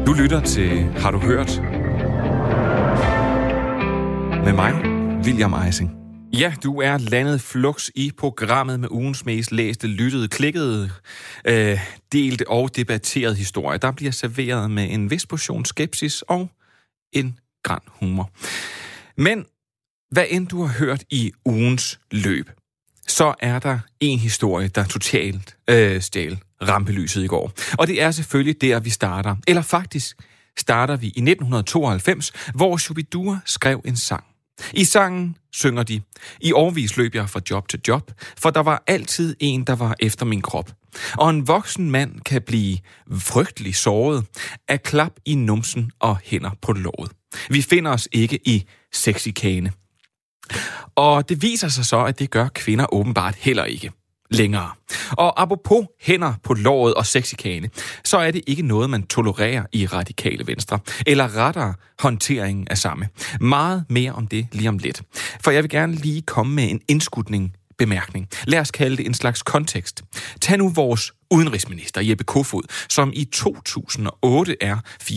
Du lytter til Har du hørt? Med mig, William Eising. Ja, du er landet flux i programmet med ugens mest læste, lyttede, klikkede, delte og debatterede historie. Der bliver serveret med en vis portion skepsis og en gran humor. Men hvad end du har hørt i ugens løb, så er der en historie, der totalt stjal rampelyset i går. Og det er selvfølgelig der, vi starter. Eller faktisk starter vi i 1992, hvor Shubidua skrev en sang. I sangen synger de: "I årevis løb jeg fra job til job, for der var altid en, der var efter min krop. Og en voksen mand kan blive frygtelig såret af klap i numsen og hænder på låret. Vi finder os ikke i sexikane." Og det viser sig så, at det gør kvinder åbenbart heller ikke længere. Og apropos hænder på låret og sexikane, så er det ikke noget, man tolererer i Radikale Venstre, eller rettere håndteringen af samme. Meget mere om det lige om lidt. For jeg vil gerne lige komme med en indskudning bemærkning. Lad os kalde det en slags kontekst. Tag nu vores udenrigsminister Jeppe Kofod, som i 2008 er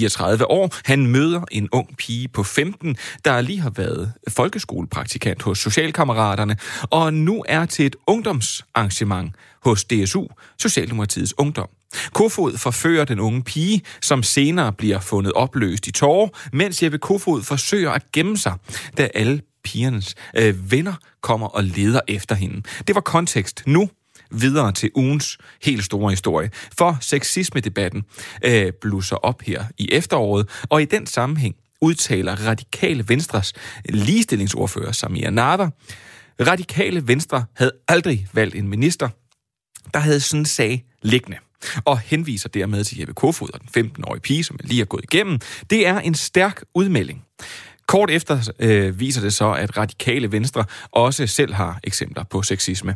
34 år. Han møder en ung pige på 15, der lige har været folkeskolepraktikant hos Socialkammeraterne, og nu er til et ungdomsarrangement hos DSU, Socialdemokratiets Ungdom. Kofod forfører den unge pige, som senere bliver fundet opløst i tårer, mens Jeppe Kofod forsøger at gemme sig, da alle pigernes venner kommer og leder efter hende. Det var kontekst. Nu videre til ugens helt store historie. For sexisme-debatten blusser op her i efteråret, og i den sammenhæng udtaler Radikale Venstres ligestillingsordfører Samira Nawa: Radikale Venstre havde aldrig valgt en minister, der havde sådan en sag liggende, og henviser dermed til Jeppe Kofod og den 15-årige pige, som lige er gået igennem. Det er en stærk udmelding. Kort efter viser det så, at Radikale Venstre også selv har eksempler på sexisme.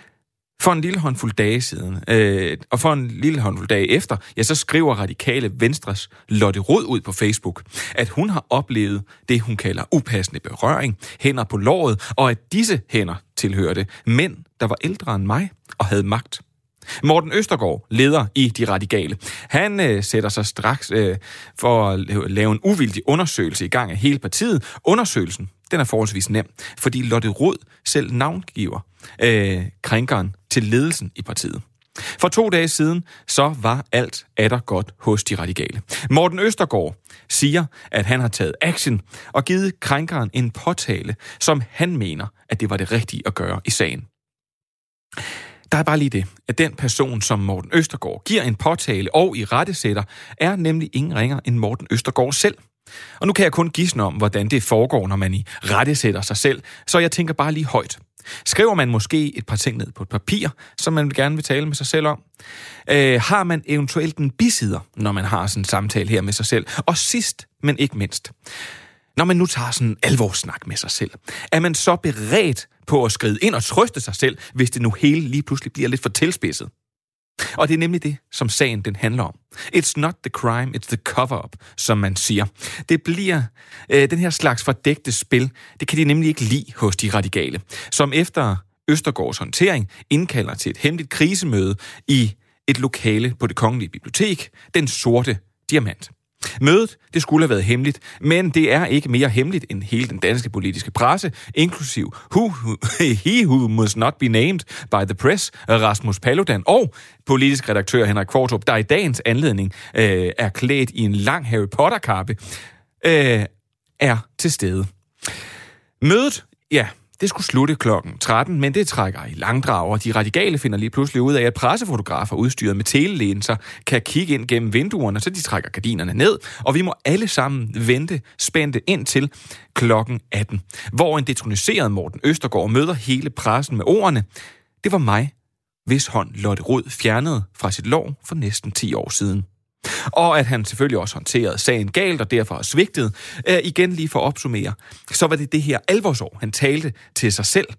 For en lille håndfuld dage siden, og for en lille håndfuld dage efter, ja, så skriver Radikale Venstres Lotte Rod ud på Facebook, at hun har oplevet det, hun kalder upassende berøring, hænder på låret, og at disse hænder tilhørte mænd, der var ældre end mig og havde magt. Morten Østergaard, leder i De Radikale, han sætter sig straks for at lave en uvildig undersøgelse i gang af hele partiet. Undersøgelsen, den er forholdsvis nem, fordi Lotte Rod selv navngiver krænkeren til ledelsen i partiet. For 2 dage siden, så var alt atter godt hos De Radikale. Morten Østergaard siger, at han har taget action og givet krænkeren en påtale, som han mener, at det var det rigtige at gøre i sagen. Der er bare lige det, at den person, som Morten Østergaard giver en påtale og irettesætter, er nemlig ingen ringer end Morten Østergaard selv. Og nu kan jeg kun gisne om, hvordan det foregår, når man irettesætter sig selv, så jeg tænker bare lige højt. Skriver man måske et par ting ned på et papir, som man gerne vil tale med sig selv om? Har man eventuelt en bisider, når man har sådan en samtale her med sig selv? Og sidst, men ikke mindst, når man nu tager sådan en alvorssnak med sig selv, er man så beredt på at skride ind og trøste sig selv, hvis det nu hele lige pludselig bliver lidt for tilspidset? Og det er nemlig det, som sagen den handler om. It's not the crime, it's the cover-up, som man siger. Det bliver den her slags fordækte spil, det kan de nemlig ikke lide hos De Radikale, som efter Østergaards håndtering indkalder til et hemmeligt krisemøde i et lokale på Det Kongelige Bibliotek, Den Sorte Diamant. Mødet, det skulle have været hemmeligt, men det er ikke mere hemmeligt end hele den danske politiske presse, inklusiv he who must not be named by the press, Rasmus Paludan, og politisk redaktør Henrik Qvortrup, der i dagens anledning er klædt i en lang Harry Potter-kappe, er til stede. Mødet, ja, det skulle slutte klokken 13, men det trækker i langdrag, og De Radikale finder lige pludselig ud af, at pressefotografer udstyret med telelinser kan kigge ind gennem vinduerne, så de trækker gardinerne ned, og vi må alle sammen vente spændte ind til klokken 18, hvor en detroniseret Morten Østergaard møder hele pressen med ordene: "Det var mig, hvis hånd Lotte Rod fjernede fra sit lår for næsten 10 år siden." Og at han selvfølgelig også håndterede sagen galt og derfor har svigtet. Igen lige for at opsummere, så var det her alvorsår, han talte til sig selv.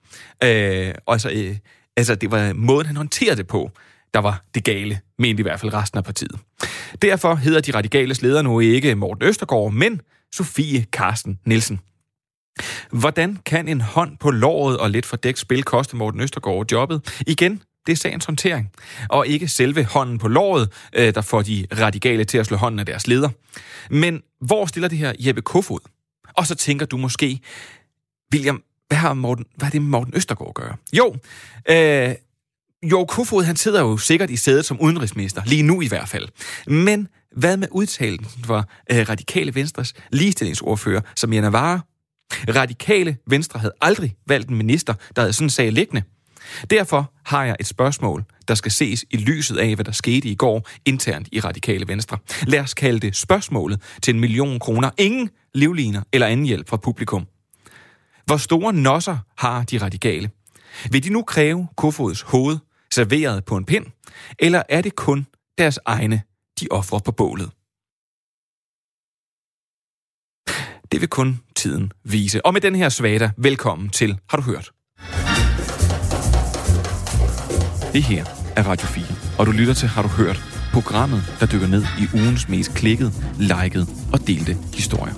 Altså det var måden, han håndterede det på, der var det gale, mente i hvert fald resten af partiet. Derfor hedder De Radikales leder nu ikke Morten Østergaard, men Sofie Carsten Nielsen. Hvordan kan en hånd på låret og lidt fordækt spil koste Morten Østergaard jobbet? Igen det er sagens håndtering, og ikke selve hånden på låret, der får de radikale til at slå hånden af deres leder. Men hvor stiller det her Jeppe Kofod? Og så tænker du måske, William, hvad er det Morten Østergaard at gøre? Jo, Kofod, han sidder jo sikkert i sædet som udenrigsminister, lige nu i hvert fald. Men hvad med udtalelsen for Radikale Venstres ligestillingsordfører, Samira Nawa? Radikale Venstre havde aldrig valgt en minister, der havde sådan en sag liggende. Derfor har jeg et spørgsmål, der skal ses i lyset af, hvad der skete i går internt i Radikale Venstre. Lad os kalde det spørgsmålet til 1 million kroner. Ingen livliner eller anden hjælp fra publikum. Hvor store nosser har de radikale? Vil de nu kræve Kofods hoved serveret på en pind? Eller er det kun deres egne, de offrer på bålet? Det vil kun tiden vise. Og med den her svada, velkommen til Har du hørt? Det her er Radio 4, og du lytter til Har du hørt? Programmet, der dykker ned i ugens mest klikkede, likede og delte historier.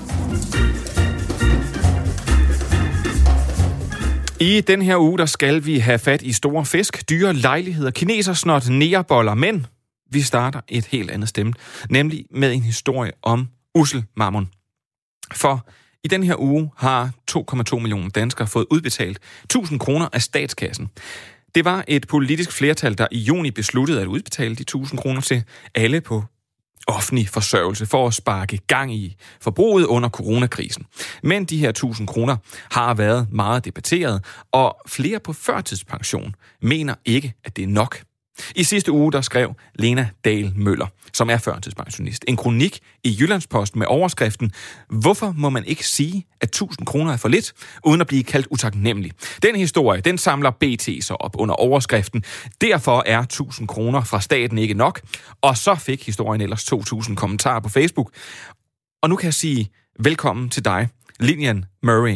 I den her uge, der skal vi have fat i store fisk, dyre lejligheder, kinesersnot, negerboller, men vi starter et helt andet stemme, nemlig med en historie om ussel mammon. For i den her uge har 2,2 millioner danskere fået udbetalt 1.000 kroner af statskassen. Det var et politisk flertal, der i juni besluttede at udbetale de 1.000 kroner til alle på offentlig forsørgelse for at sparke gang i forbruget under coronakrisen. Men de her 1.000 kroner har været meget debatteret, og flere på førtidspension mener ikke, at det er nok. I sidste uge, der skrev Lena Dahl Møller, som er førtidspensionist, en kronik i Jyllandsposten med overskriften: Hvorfor må man ikke sige, at 1.000 kroner er for lidt, uden at blive kaldt utaknemmelig? Den historie, den samler BT så op under overskriften: Derfor er 1.000 kroner fra staten ikke nok. Og så fik historien ellers 2.000 kommentarer på Facebook. Og nu kan jeg sige velkommen til dig, Lilian Murray.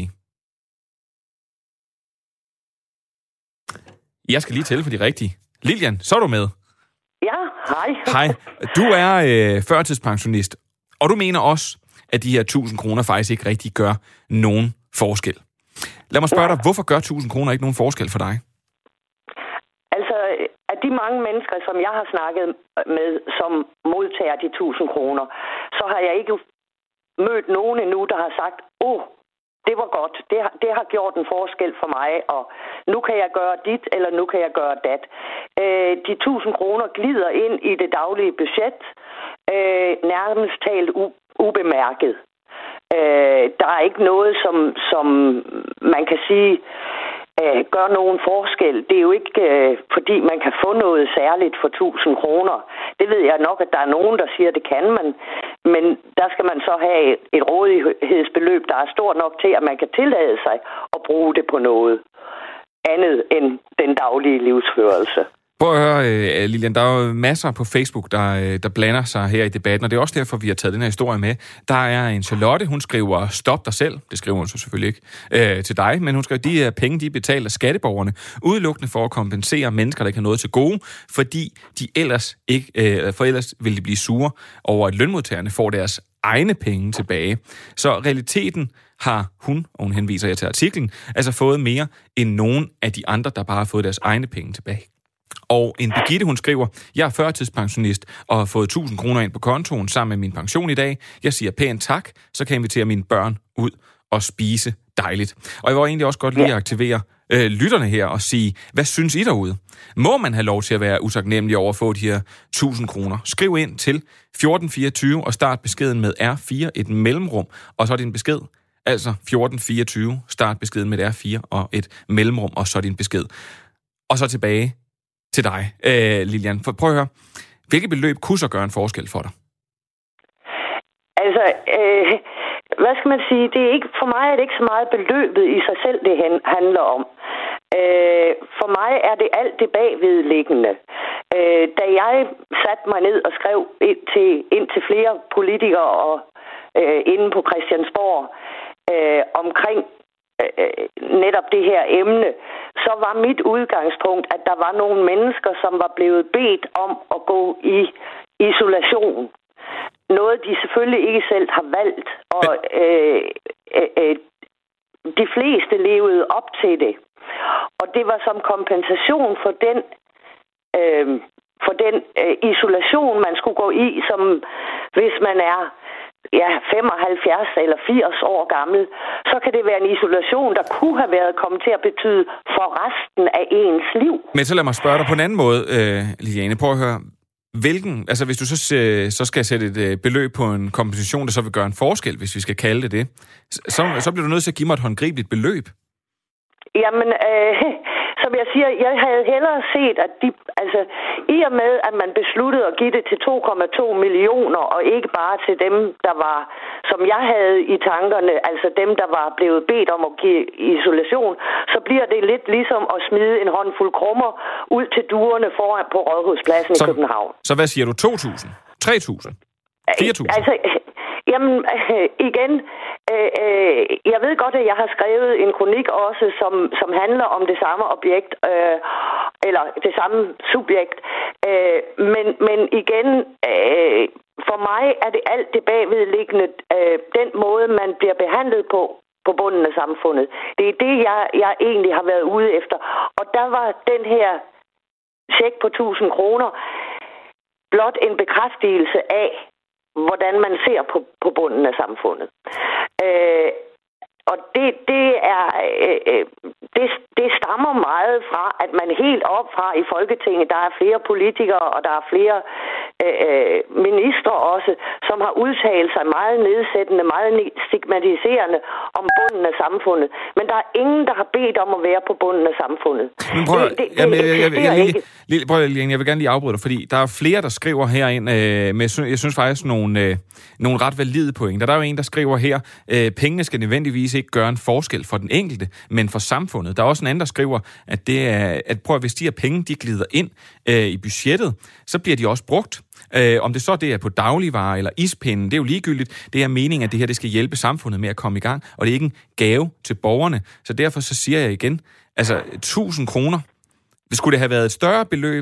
Jeg skal lige tælle for de rigtige. Lilian, så er du med. Ja, hej. Hej. Du er førtidspensionist, og du mener også, at de her 1.000 kroner faktisk ikke rigtig gør nogen forskel. Lad mig spørge dig, hvorfor gør 1.000 kroner ikke nogen forskel for dig? Altså, af de mange mennesker, som jeg har snakket med, som modtager de 1.000 kroner, så har jeg ikke mødt nogen endnu, der har sagt, det var godt, det har gjort en forskel for mig, og nu kan jeg gøre dit, eller nu kan jeg gøre dat. De 1.000 kroner glider ind i det daglige budget, nærmest talt ubemærket. Der er ikke noget, som man kan sige gør nogen forskel. Det er jo ikke, fordi man kan få noget særligt for 1.000 kroner. Det ved jeg nok, at der er nogen, der siger, at det kan man. Men der skal man så have et rådighedsbeløb, der er stort nok til, at man kan tillade sig at bruge det på noget andet end den daglige livsførelse. Prøv at høre, Lilian, der er jo masser på Facebook, der blander sig her i debatten, og det er også derfor, vi har taget den her historie med. Der er en Charlotte, hun skriver, stop dig selv. Det skriver hun så selvfølgelig ikke til dig, men hun skriver, de her penge, de er betalt af skatteborgerne, udelukkende for at kompensere mennesker, der ikke har noget til gode, fordi de ellers vil de blive sure over, at lønmodtagerne får deres egne penge tilbage. Så realiteten har hun, og hun henviser jer til artiklen, altså fået mere end nogen af de andre, der bare har fået deres egne penge tilbage. Og en Birgitte, hun skriver, jeg er førtidspensionist og har fået 1.000 kroner ind på kontoen sammen med min pension i dag. Jeg siger pænt tak, så kan jeg invitere mine børn ud og spise dejligt. Og jeg vil egentlig også godt lige aktivere lytterne her og sige, hvad synes I derude? Må man have lov til at være utaknemmelig over at få de her 1.000 kroner? Skriv ind til 1424 og start beskeden med R4, et mellemrum, og så er din besked. Altså 1424, start beskeden med R4 og et mellemrum, og så er din besked. Og så tilbage til dig, Lilian. Prøv at høre, hvilket beløb kunne så gøre en forskel for dig? Altså, hvad skal man sige? Det er ikke, for mig er det ikke så meget beløbet i sig selv, det handler om. For mig er det alt det bagvedliggende. Da jeg satte mig ned og skrev ind til flere politikere og inde på Christiansborg omkring netop det her emne, så var mit udgangspunkt, at der var nogle mennesker, som var blevet bedt om at gå i isolation. Noget, de selvfølgelig ikke selv har valgt, og de fleste levede op til det. Og det var som kompensation for den for den isolation, man skulle gå i, som hvis man er 75 eller 80 år gammel, så kan det være en isolation, der kunne have været kommet til at betyde for resten af ens liv. Men så lad mig spørge dig på en anden måde, Liliane. Prøv at høre, hvis du så skal sætte et beløb på en kompensation, der så vil gøre en forskel, hvis vi skal kalde det, så bliver du nødt til at give mig et håndgribeligt beløb. Jamen, som jeg siger, jeg havde hellere set, at i og med, at man besluttede at give det til 2,2 millioner, og ikke bare til dem, der var, som jeg havde i tankerne, altså dem, der var blevet bedt om at give isolation, så bliver det lidt ligesom at smide en håndfuld krummer ud til duerne foran på Rådhuspladsen i København. Så hvad siger du? 2.000? 3.000? 4.000? Jamen, igen, jeg ved godt, at jeg har skrevet en kronik også, som handler om det samme objekt, eller det samme subjekt. Men igen, for mig er det alt det bagvedliggende, den måde, man bliver behandlet på bunden af samfundet. Det er det, jeg egentlig har været ude efter. Og der var den her check på 1.000 kroner blot en bekræftelse af, hvordan man ser på bunden af samfundet. Og det stammer meget fra, at man helt op fra i Folketinget, der er flere politikere, og der er flere ministre også, som har udtalt sig meget nedsættende, meget stigmatiserende om bunden af samfundet. Men der er ingen, der har bedt om at være på bunden af samfundet. Men jeg vil gerne lige afbryde dig, fordi der er flere, der skriver herind, med, jeg synes faktisk, nogle ret valide pointer. Der er jo en, der skriver her, pengene skal nødvendigvis ikke gøre en forskel for den enkelte, men for samfundet. Der er også en anden, der skriver, at hvis de her penge, de glider ind i budgettet, så bliver de også brugt. Om det så det er på dagligvarer eller ispinden, det er jo ligegyldigt. Det er meningen, at det her det skal hjælpe samfundet med at komme i gang, og det er ikke en gave til borgerne. Så derfor så siger jeg igen, 1.000 kroner, skulle det have været et større beløb,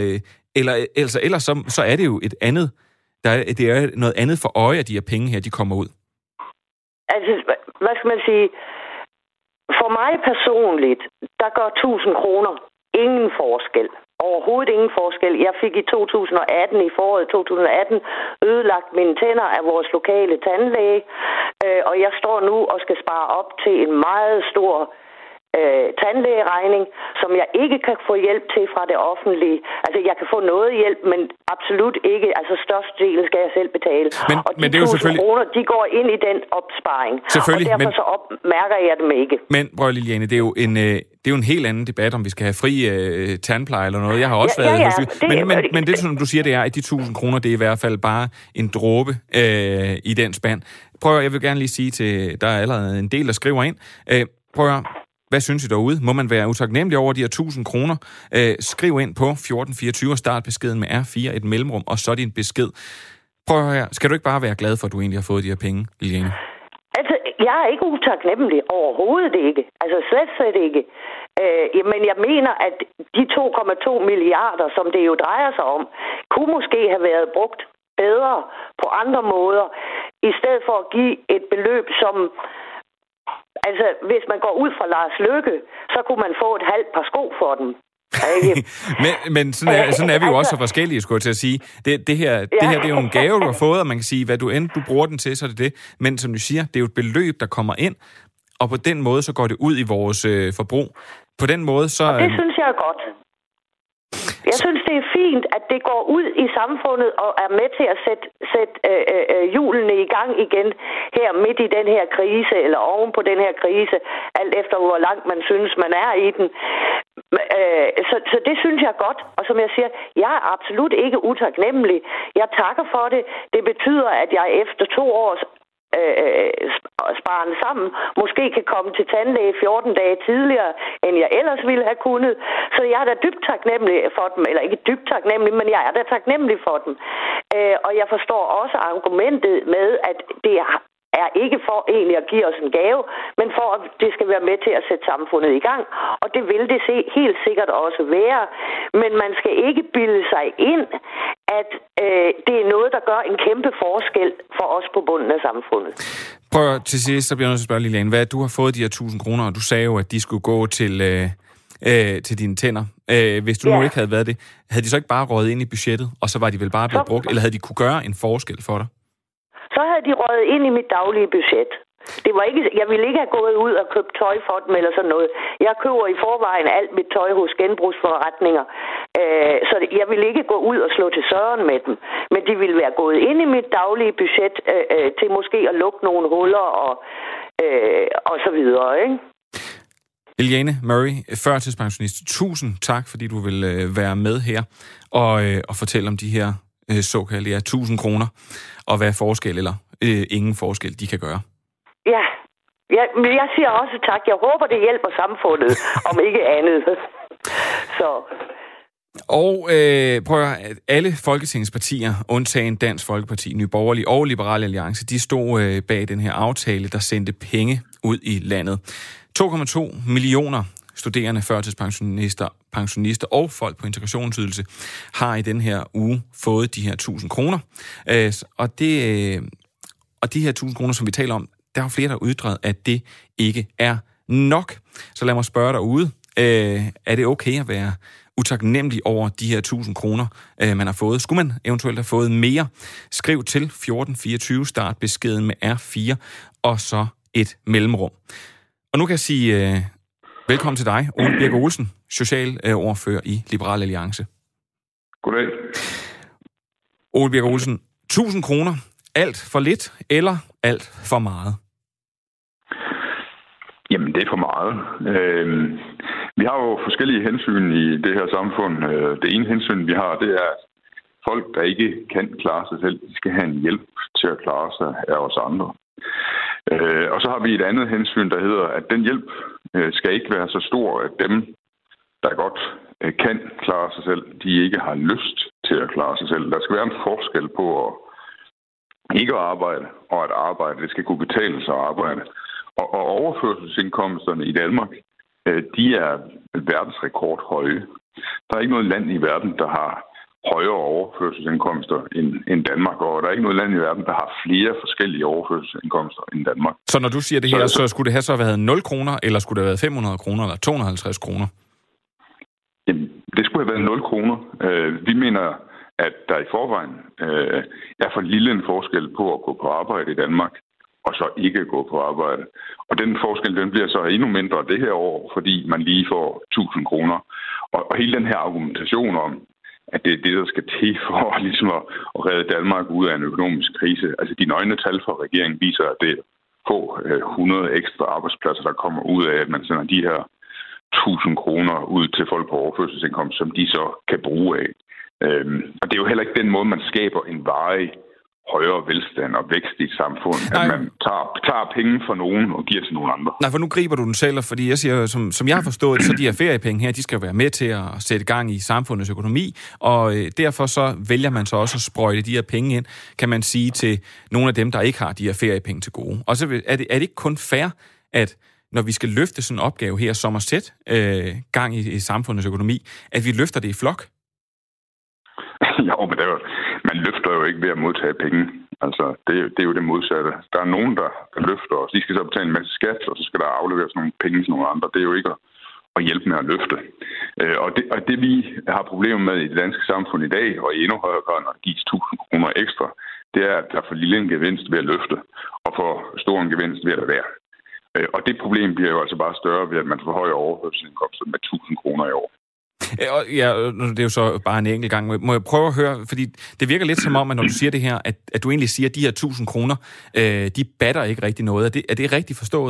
eller så er det jo et andet, det er noget andet for øje, at de her penge her, de kommer ud. Altså, hvad skal man sige? For mig personligt, der gør 1.000 kroner ingen forskel. Overhovedet ingen forskel. Jeg fik i 2018, i foråret 2018, ødelagt mine tænder af vores lokale tandlæge, og jeg står nu og skal spare op til en meget stor tandlægeregning, som jeg ikke kan få hjælp til fra det offentlige. Altså, jeg kan få noget hjælp, men absolut ikke. Altså, størstedelen skal jeg selv betale. Og de 1.000 kroner, de går ind i den opsparing. Og derfor så mærker jeg dem ikke. Men, Liliane, det er jo en helt anden debat, om vi skal have fri tandpleje eller noget. Jeg har også været hos men det, som du siger, det er, at de 1.000 kroner, det er i hvert fald bare en dråbe i den spand. Jeg vil gerne lige sige til, der er allerede en del, der skriver ind. Hvad synes I derude? Må man være utaknemmelig over de her 1.000 kroner? Skriv ind på 1424 og start beskeden med R4, et mellemrum, og så din besked. Prøv her. Skal du ikke bare være glad for, at du egentlig har fået de her penge, Liliane? Altså, jeg er ikke utaknemmelig. Overhovedet ikke. Altså, slet ikke. Men jeg mener, at de 2,2 milliarder, som det jo drejer sig om, kunne måske have været brugt bedre på andre måder, i stedet for at give et beløb, som... Altså, hvis man går ud fra Lars Løkke, så kunne man få et halvt par sko for dem. men sådan er vi jo også så forskellige, skulle jeg til at sige. Det her det er jo en gave, du har fået, og man kan sige, hvad du end du bruger den til, så er det det. Men som du siger, det er jo et beløb, der kommer ind, og på den måde, så går det ud i vores forbrug. På den måde, så... Og det synes jeg er godt. Jeg synes, det er fint, at det går ud i samfundet og er med til at sætte hjulene i gang igen her midt i den her krise, eller oven på den her krise, alt efter hvor langt man synes, man er i den. Så det synes jeg er godt, og som jeg siger, jeg er absolut ikke utaknemmelig. Jeg takker for det. Det betyder, at jeg efter 2 års sparen sammen, måske kan komme til tandlæge 14 dage tidligere, end jeg ellers ville have kunnet. Så jeg er da dybt taknemmelig for dem, eller ikke dybt taknemmelig, men jeg er da taknemmelig for dem. Og jeg forstår også argumentet med, at det er ikke for egentlig at give os en gave, men for at det skal være med til at sætte samfundet i gang. Og det vil det helt sikkert også være. Men man skal ikke bilde sig ind, at det er noget, der gør en kæmpe forskel for os på bunden af samfundet. Prøv til sidst, så bliver jeg nødt til at spørge, Liliane, hvad du har fået de her 1.000 kroner, og du sagde jo, at de skulle gå til til dine tænder. Hvis du nu ikke havde været det, havde de så ikke bare røget ind i budgettet, og så var de vel bare blevet brugt, eller havde de kunne gøre en forskel for dig? Så havde de røget ind i mit daglige budget. Det var ikke, jeg ville ikke have gået ud og købt tøj for dem eller sådan noget. Jeg køber i forvejen alt mit tøj hos genbrugsforretninger. Så jeg ville ikke gå ud og slå til søren med dem. Men de ville være gået ind i mit daglige budget til måske at lukke nogle huller og så videre, ikke? Eliane Murray, førtidspensionist. Tusind tak, fordi du vil være med her og fortælle om de her såkaldte 1000 kroner, og hvad forskel eller ingen forskel de kan gøre. Ja, men jeg siger også tak. Jeg håber, det hjælper samfundet, om ikke andet. Så. Og prøv at alle Folketingets partier, undtagen Dansk Folkeparti, Nye Borgerlige og Liberal Alliance, de stod bag den her aftale, der sendte penge ud i landet. 2,2 millioner studerende, førtidspensionister, pensionister og folk på integrationsydelse har i den her uge fået de her 1000 kroner. Og de her 1000 kroner, som vi taler om, der er jo flere, der har ytret, at det ikke er nok. Så lad mig spørge derude, er det okay at være utaknemmelig over de her 1000 kroner, man har fået? Skulle man eventuelt have fået mere? Skriv til 1424, start beskeden med R4, og så et mellemrum. Og nu kan jeg sige velkommen til dig, Ole Birk Olesen, socialordfører i Liberal Alliance. Goddag. Ole Birk Olesen, 1000 kroner, alt for lidt eller alt for meget? Jamen, det er for meget. Vi har jo forskellige hensyn i det her samfund. Det ene hensyn, vi har, det er, at folk, der ikke kan klare sig selv, de skal have en hjælp til at klare sig af os andre. Og så har vi et andet hensyn, der hedder, at den hjælp skal ikke være så stor, at dem, der godt kan klare sig selv, de ikke har lyst til at klare sig selv. Der skal være en forskel på at ikke at arbejde, og at arbejde, det skal kunne betale sig at arbejde. Og overførselsindkomsterne i Danmark, de er verdensrekordhøje. Der er ikke noget land i verden, der har højere overførselsindkomster end Danmark, og der er ikke noget land i verden, der har flere forskellige overførselsindkomster end Danmark. Så når du siger det her, så skulle det have så været 0 kroner, eller skulle det have været 500 kroner, eller 250 kroner? Jamen, det skulle have været 0 kroner. Vi mener, at der i forvejen er for lille en forskel på at gå på arbejde i Danmark, og så ikke gå på arbejde. Og den forskel, den bliver så endnu mindre det her år, fordi man lige får 1000 kroner. Og hele den her argumentation om, at det er det, der skal til for ligesom at redde Danmark ud af en økonomisk krise. Altså de nøgne tal fra regeringen viser, at det er få 100 ekstra arbejdspladser, der kommer ud af, at man sender de her 1000 kroner ud til folk på overførselsindkomst, som de så kan bruge af. Og det er jo heller ikke den måde, man skaber en varig højere velstand og vækst i et samfund, at man tager penge fra nogen og giver til nogen andre. Nej, for nu griber du den selv, fordi jeg siger, som jeg har forstået, så de her feriepenge her, de skal være med til at sætte gang i samfundets økonomi, og derfor så vælger man så også at sprøjte de her penge ind, kan man sige, til nogle af dem, der ikke har de her feriepenge til gode. Og så er det ikke kun fair, at når vi skal løfte sådan en opgave her, som at sætte gang i samfundets økonomi, at vi løfter det i flok? Jo, men man løfter jo ikke ved at modtage penge. Altså, det er jo det modsatte. Der er nogen, der løfter os. De skal så betale en masse skat, og så skal der afleveres nogle penge til nogle andre. Det er jo ikke at hjælpe med at løfte. Og det vi har problemer med i det danske samfund i dag, og i endnu højere grad, når der gives 1000 kroner ekstra, det er, at der er for lille en gevinst ved at løfte, og for stor en gevinst ved at lade være. Og det problem bliver jo altså bare større ved, at man forhøjer overførselsindkomster med 1000 kroner i år. Ja, det er jo så bare en enkelt gang. Må jeg prøve at høre, fordi det virker lidt som om, at når du siger det her, at du egentlig siger, at de her 1000 kroner, de batter ikke rigtig noget. Er det rigtigt forstået?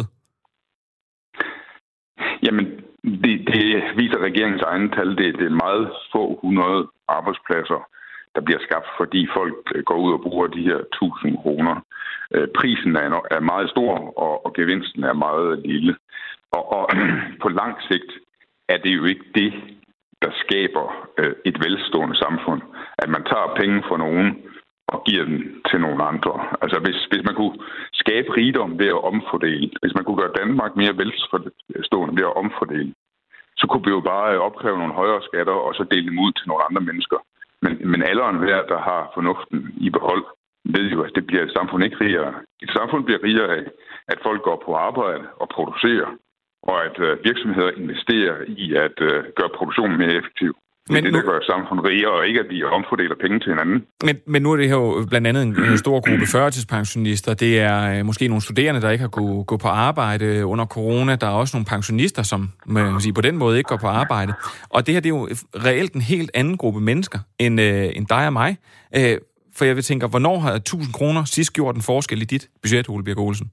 Jamen, det viser regeringens egne tal. Det er meget få 100 arbejdspladser, der bliver skabt, fordi folk går ud og bruger de her 1000 kroner. Prisen er meget stor, og gevinsten er meget lille. Og på lang sigt er det jo ikke det, der skaber et velstående samfund. At man tager penge fra nogen og giver dem til nogle andre. Altså hvis man kunne skabe rigdom ved at omfordele, hvis man kunne gøre Danmark mere velstående ved at omfordele, så kunne vi jo bare opkræve nogle højere skatter og så dele dem ud til nogle andre mennesker. Men alle og enhver, der har fornuften i behold, ved jo, at det bliver et samfund ikke rigere. Et samfund bliver rigere af, at folk går på arbejde og producerer, og at virksomheder investerer i at gøre produktionen mere effektiv. Men det, der gør samfundet rigere, og ikke at vi omfordeler penge til hinanden. Men nu er det her jo blandt andet en stor gruppe førtidspensionister. Det er måske nogle studerende, der ikke har kunnet gå på arbejde under corona. Der er også nogle pensionister, som man kan sige, på den måde ikke går på arbejde. Og det her, det er jo reelt en helt anden gruppe mennesker end dig og mig. For jeg vil tænke, hvornår har 1.000 kroner sidst gjort en forskel i dit budget, Ole Birk Olesen?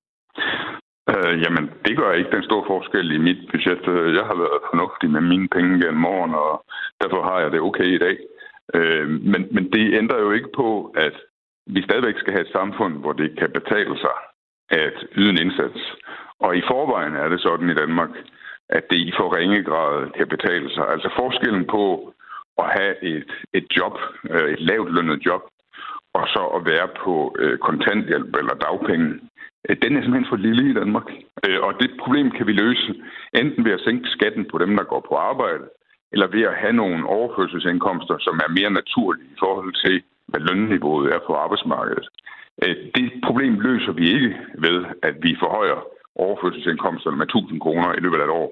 Jamen, det gør ikke den store forskel i mit budget. Jeg har været fornuftig med mine penge gennem årene, og derfor har jeg det okay i dag. Men det ændrer jo ikke på, at vi stadigvæk skal have et samfund, hvor det kan betale sig at yde en indsats. Og i forvejen er det sådan i Danmark, at det i for ringe grad kan betale sig. Altså forskellen på at have et job, et lavt lønnet job, og så at være på kontanthjælp eller dagpenge, den er simpelthen for lille i Danmark. Og det problem kan vi løse enten ved at sænke skatten på dem, der går på arbejde, eller ved at have nogle overførselsindkomster, som er mere naturlige i forhold til, hvad lønniveauet er på arbejdsmarkedet. Det problem løser vi ikke ved, at vi forhøjer overførselsindkomsterne med 1.000 kroner i løbet af et år.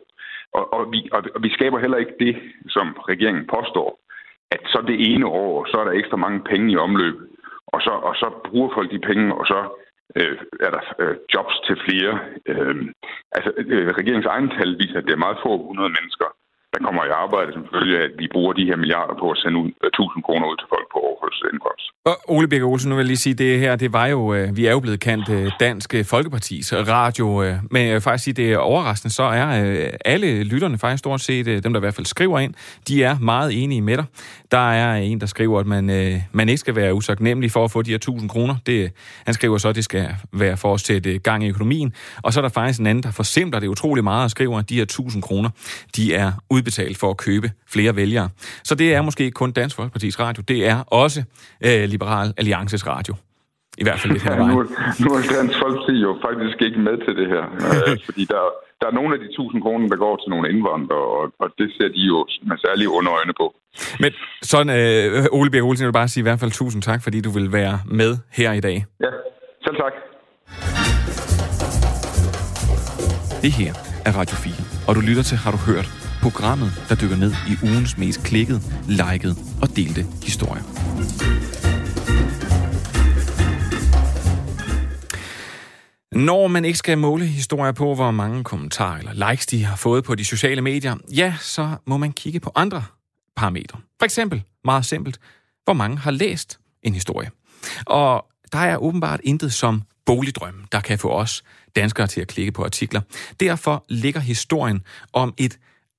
Og vi skaber heller ikke det, som regeringen påstår, at så det ene år, så er der ekstra mange penge i omløb, og så bruger folk de penge, og så er der jobs til flere. Regeringens egen tal viser, at det er meget få 100 mennesker, der kommer i arbejde, som følge af, at vi bruger de her milliarder på at sende 1.000 kroner ud til folk på overførselsindkomst. Og Ole Birk Olesen, nu vil jeg lige sige, det her, det var jo, vi er jo blevet kendt Dansk Folkepartis radio, men jeg vil faktisk sige, det er overraskende, så er alle lytterne faktisk stort set, dem der i hvert fald skriver ind, de er meget enige med dig. Der er en, der skriver, at man ikke skal være usagtnemmelig for at få de her 1.000 kroner. Han skriver så, at det skal være for at sætte gang i økonomien. Og så er der faktisk en anden, der forsimpler det utrolig meget og skriver, at de her 1.000 kroner, de er udbetalt for at købe flere vælgere. Så det er måske ikke kun Dansk Folkepartis radio, det er også Liberal Alliances radio. I hvert fald lidt her vejen. Nu er Dansk Folkeparti jo faktisk ikke med til det her, fordi der er nogle af de 1.000 kroner, der går til nogle indvandrere, og det ser de jo med særlige underøjne på. Men sådan, Ole Birk Olesen, jeg vil bare sige i hvert fald 1.000 tak, fordi du vil være med her i dag. Ja, selv tak. Det her er Radio 4, og du lytter til Har du hørt? Programmet, der dykker ned i ugens mest klikkede, likede og delte historier. Når man ikke skal måle historier på, hvor mange kommentarer eller likes de har fået på de sociale medier, ja, så må man kigge på andre parametre. For eksempel, meget simpelt, hvor mange har læst en historie. Og der er åbenbart intet som boligdrømme, der kan få os danskere til at klikke på artikler. Derfor ligger historien om et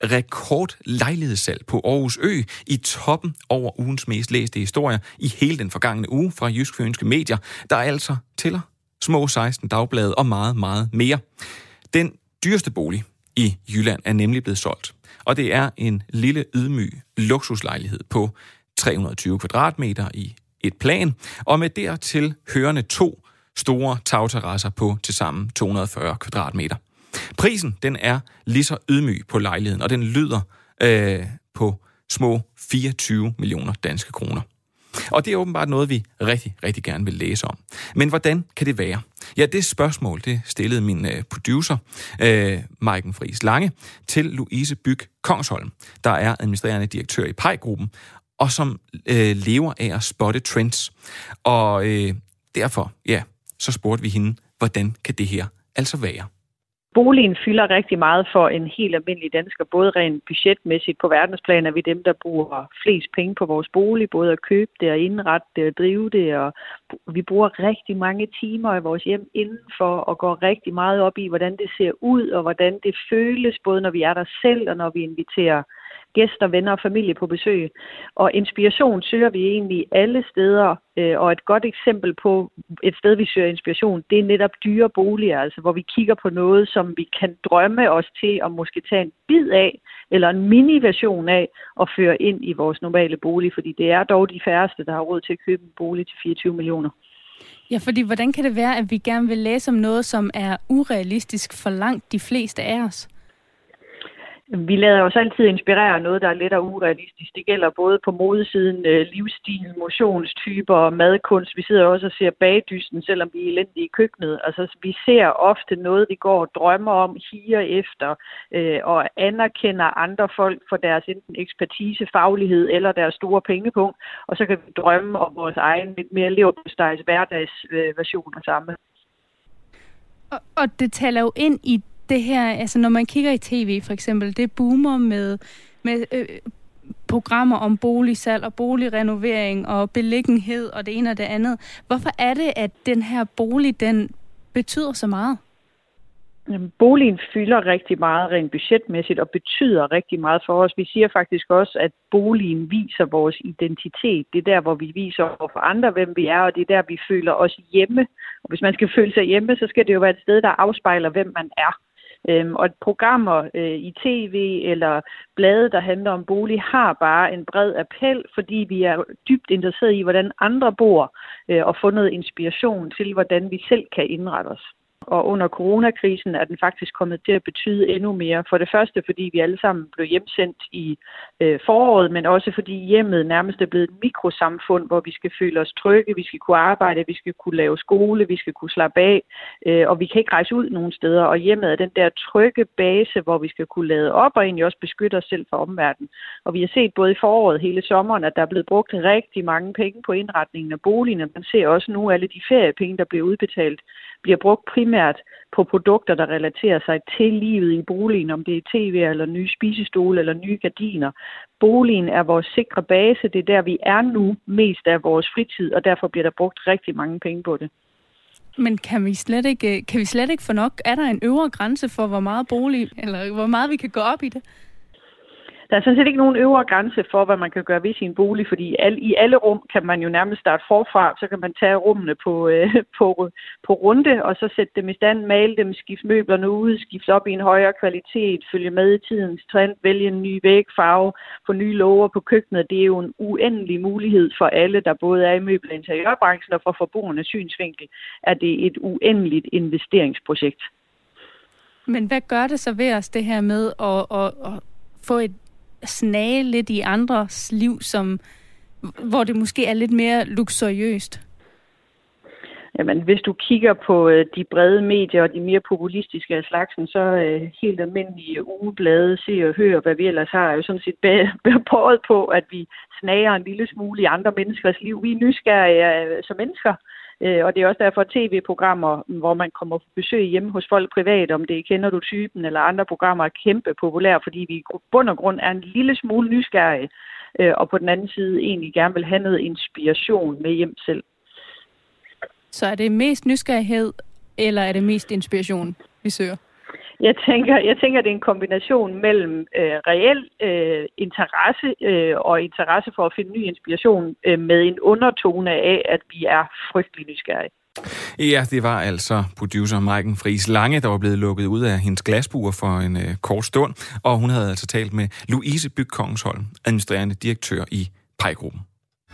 rekordlejlighedssalg på Aarhus Ø i toppen over ugens mest læste historier i hele den forgangne uge fra Jysk Fynske Medier, der altså tæller små 16 dagblade og meget, meget mere. Den dyreste bolig i Jylland er nemlig blevet solgt, og det er en lille ydmyg luksuslejlighed på 320 kvadratmeter i et plan, og med dertil hørende 2 store tagterrasser på tilsammen 240 kvadratmeter. Prisen, den er lige så ydmyg på lejligheden, og den lyder på små 24 millioner danske kroner. Og det er åbenbart noget, vi rigtig, rigtig gerne vil læse om. Men hvordan kan det være? Ja, det spørgsmål, det stillede min producer, Maiken Friis Lange, til Louise Byg Kongsholm, der er administrerende direktør i PEI-gruppen, og som lever af at spotte trends. Og derfor, ja, så spurgte vi hende, hvordan kan det her altså være? Boligen fylder rigtig meget for en helt almindelig dansker, både rent budgetmæssigt. På verdensplan er vi dem, der bruger flest penge på vores bolig, både at købe det og indrette det og drive det. Og vi bruger rigtig mange timer i vores hjem indenfor og går rigtig meget op i, hvordan det ser ud og hvordan det føles, både når vi er der selv og når vi inviterer gæster, venner og familie på besøg. Og inspiration søger vi egentlig alle steder, og et godt eksempel på et sted, vi søger inspiration, det er netop dyre boliger, altså hvor vi kigger på noget, som vi kan drømme os til at måske tage en bid af, eller en mini-version af, og føre ind i vores normale bolig, fordi det er dog de færreste, der har råd til at købe en bolig til 24 millioner. Ja, fordi hvordan kan det være, at vi gerne vil læse om noget, som er urealistisk for langt de fleste af os? Vi lader os altid inspirere af noget, der er let og urealistisk. Det gælder både på modesiden, livsstil, motionstyper og madkunst. Vi sidder også og ser bagdysten, selvom vi er elendige i køkkenet. Altså, vi ser ofte noget, vi går og drømmer om, higer efter, og anerkender andre folk for deres enten ekspertise, faglighed eller deres store pengepunkt. Og så kan vi drømme om vores egen lidt mere leverpostejs hverdagsversion af samme. Og det taler jo ind i det her, altså når man kigger i tv for eksempel, det boomer med programmer om boligsalg og boligrenovering og beliggenhed og det ene og det andet. Hvorfor er det, at den her bolig, den betyder så meget? Boligen fylder rigtig meget rent budgetmæssigt og betyder rigtig meget for os. Vi siger faktisk også, at boligen viser vores identitet. Det er der, hvor vi viser over for andre, hvem vi er, og det er der, vi føler os hjemme. Og hvis man skal føle sig hjemme, så skal det jo være et sted, der afspejler, hvem man er. Og programmer i tv eller blade, der handler om bolig, har bare en bred appel, fordi vi er dybt interesseret i, hvordan andre bor, og få noget inspiration til, hvordan vi selv kan indrette os. Og under coronakrisen er den faktisk kommet til at betyde endnu mere. For det første, fordi vi alle sammen blev hjemsendt i foråret, men også fordi hjemmet nærmest er blevet et mikrosamfund, hvor vi skal føle os trygge, vi skal kunne arbejde, vi skal kunne lave skole, vi skal kunne slappe af, og vi kan ikke rejse ud nogen steder. Og hjemmet er den der trygge base, hvor vi skal kunne lade op og egentlig også beskytte os selv fra omverdenen. Og vi har set både i foråret hele sommeren, at der er blevet brugt rigtig mange penge på indretningen af boligen. Man ser også nu, at alle de feriepenge, der bliver udbetalt, bliver brugt primært på produkter, der relaterer sig til livet i boligen, om det er tv eller nye spisestole eller nye gardiner. Boligen er vores sikre base, det er der, vi er nu mest af vores fritid, og derfor bliver der brugt rigtig mange penge på det. Men kan vi slet ikke få nok? Er der en øvre grænse for, hvor meget bolig, eller hvor meget vi kan gå op i det? Der er sådan set ikke nogen øvre grænse for, hvad man kan gøre ved sin bolig, fordi i alle rum kan man jo nærmest starte forfra, så kan man tage rummene på runde, og så sætte dem i stand, male dem, skifte møblerne ud, skifte op i en højere kvalitet, følge med i tidens trend, vælge en ny vægfarve, få nye låger på køkkenet. Det er jo en uendelig mulighed for alle, der både er i møbel- og interiørbranchen, og for forbrugernes synsvinkel er det et uendeligt investeringsprojekt. Men hvad gør det så ved os, det her med at få et snage lidt i andres liv, hvor det måske er lidt mere luksuriøst? Jamen, hvis du kigger på de brede medier og de mere populistiske af slagsen, så helt almindelige ugeblade, Se og Hør, hvad vi ellers har, er jo sådan set båret på, at vi snager en lille smule i andre menneskers liv. Vi er nysgerrige som mennesker, og det er også derfor tv-programmer, hvor man kommer på besøg hjemme hos folk privat, om det Kender du typen eller andre programmer, er kæmpe populære, fordi vi i bund og grund er en lille smule nysgerrige, og på den anden side egentlig gerne vil have noget inspiration med hjem selv. Så er det mest nysgerrighed, eller er det mest inspiration, vi søger? Jeg tænker, det er en kombination mellem reel interesse og interesse for at finde ny inspiration med en undertone af, at vi er frygtelig nysgerrige. Ja, det var altså producer Maiken Friis Lange, der var blevet lukket ud af hendes glasbuer for en kort stund, og hun havde altså talt med Louise Bygh Kongensholm, administrerende direktør i PEI-gruppen.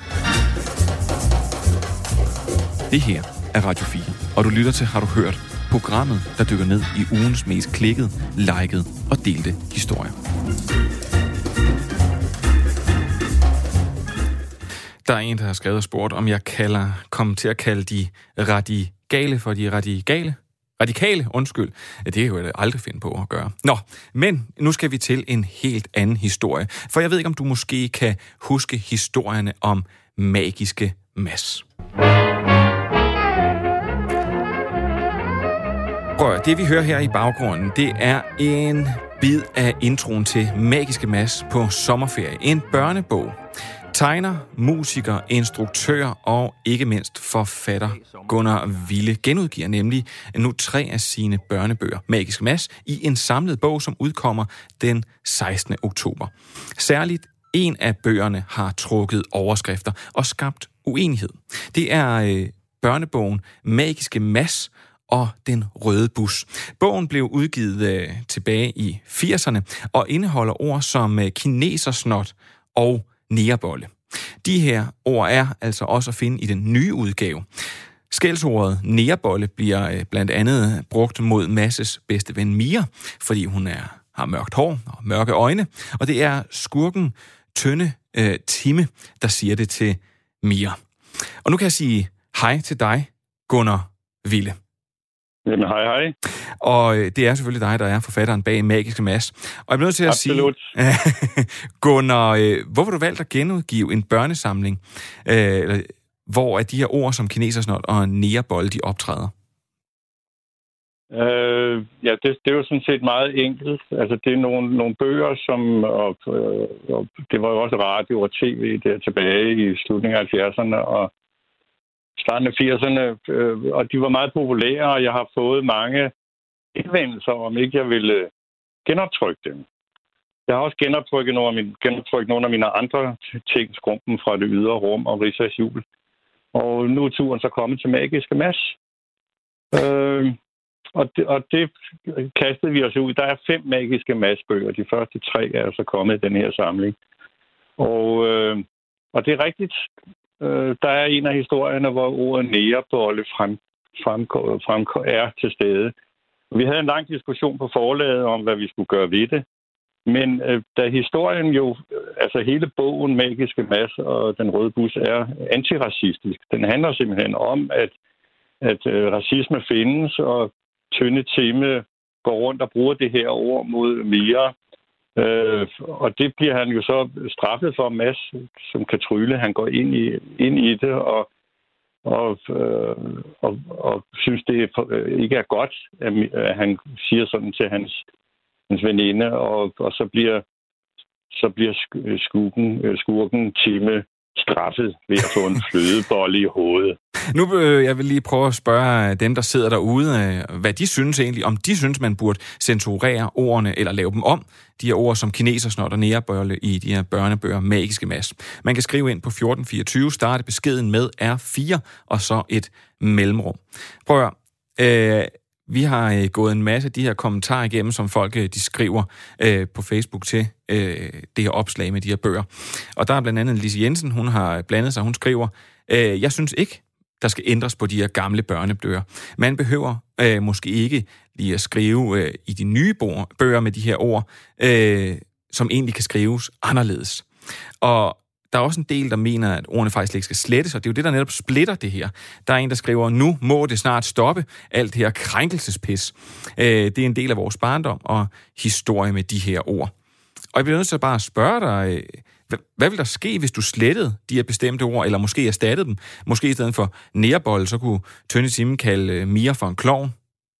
Det her er Radio 4, og du lytter til Har du hørt? Programmet, der dykker ned i ugens mest klikkede, likede og delte historier. Der er en, der har skrevet og spurgt, om jeg kommer til at kalde de radikale for de radikale. Radikale, undskyld. Det kan jeg aldrig finde på at gøre. Nå, men nu skal vi til en helt anden historie. For jeg ved ikke, om du måske kan huske historierne om magiske Mads. Prøv, det vi hører her i baggrunden, det er en bid af introen til Magiske Mads på sommerferie. En børnebog. Tegner, musiker, instruktør og ikke mindst forfatter Gunnar Wille genudgiver nemlig nu 3 af sine børnebøger, Magiske Mads, i en samlet bog, som udkommer den 16. oktober. Særligt en af bøgerne har trukket overskrifter og skabt uenighed. Det er børnebogen Magiske Mads og den røde bus. Bogen blev udgivet tilbage i 80'erne og indeholder ord som kinesersnot og negerbolle. De her ord er altså også at finde i den nye udgave. Skældsordet negerbolle bliver blandt andet brugt mod Masses bedste ven Mia, fordi hun har mørkt hår og mørke øjne, og det er skurken Tønde Timme, der siger det til Mia. Og nu kan jeg sige hej til dig, Gunnar Wille. Jamen, hej. Og det er selvfølgelig dig, der er forfatteren bag Magiske Mads. Og jeg bliver nødt til at Absolut. sige, Gunnar, hvorfor du valgt at genudgive en børnesamling, hvor de her ord som kinesersnot og negerbolle, de optræder? Det er jo sådan set meget enkelt. Altså, det er nogle bøger, som... Og det var jo også radio og tv der tilbage i slutningen af 70'erne og starten af 80'erne, og de var meget populære, og jeg har fået mange indvendelser, om ikke jeg ville genoptrykke dem. Jeg har også genoptrykket nogle af mine andre ting, Skrumpen fra det ydre rum og Rigsdags Jul. Og nu er turen så kommet til Magiske Mads. Og det kastede vi os ud. Der er 5 Magiske Mads-bøger. De første 3 er så kommet i den her samling. Og det er rigtigt. Der er en af historierne, hvor ordet negerbolle er til stede. Vi havde en lang diskussion på forlaget om, hvad vi skulle gøre ved det. Men da historien jo, altså hele bogen Magiske Mads og Den Røde Bus er antiracistisk. Den handler simpelthen om, at racisme findes, og Tønde Timme går rundt og bruger det her ord mod Mia. Og det bliver han jo så straffet for. Mads, som kan trylle, han går ind i det og synes, det ikke er godt, at han siger sådan til hans veninde, og så bliver skurken Timme straffet ved at få en flødebolle i hovedet. Nu jeg vil lige prøve at spørge dem, der sidder derude, hvad de synes egentlig, om de synes, man burde censurere ordene, eller lave dem om, de her ord som kinesersnot og negerbolle i de her børnebøger Magiske Mads. Man kan skrive ind på 1424, starte beskeden med R4, og så et mellemrum. Prøv at høre. Vi har gået en masse af de her kommentarer igennem, som folk de skriver på Facebook til det her opslag med de her bøger. Og der er blandt andet Lise Jensen, hun har blandet sig, hun skriver, jeg synes ikke, der skal ændres på de her gamle børnebøger. Man behøver måske ikke lige at skrive i de nye bøger med de her ord, som egentlig kan skrives anderledes. Og der er også en del, der mener, at ordene faktisk ikke skal slettes, og det er jo det, der netop splitter det her. Der er en, der skriver, nu må det snart stoppe, alt det her krænkelsespis. Det er en del af vores barndom og historie med de her ord. Og jeg bliver nødt til at bare spørge dig, hvad vil der ske, hvis du slettede de her bestemte ord, eller måske erstattede dem? Måske i stedet for negerbolle, så kunne Tønde Timme kalde Mia for en klovn?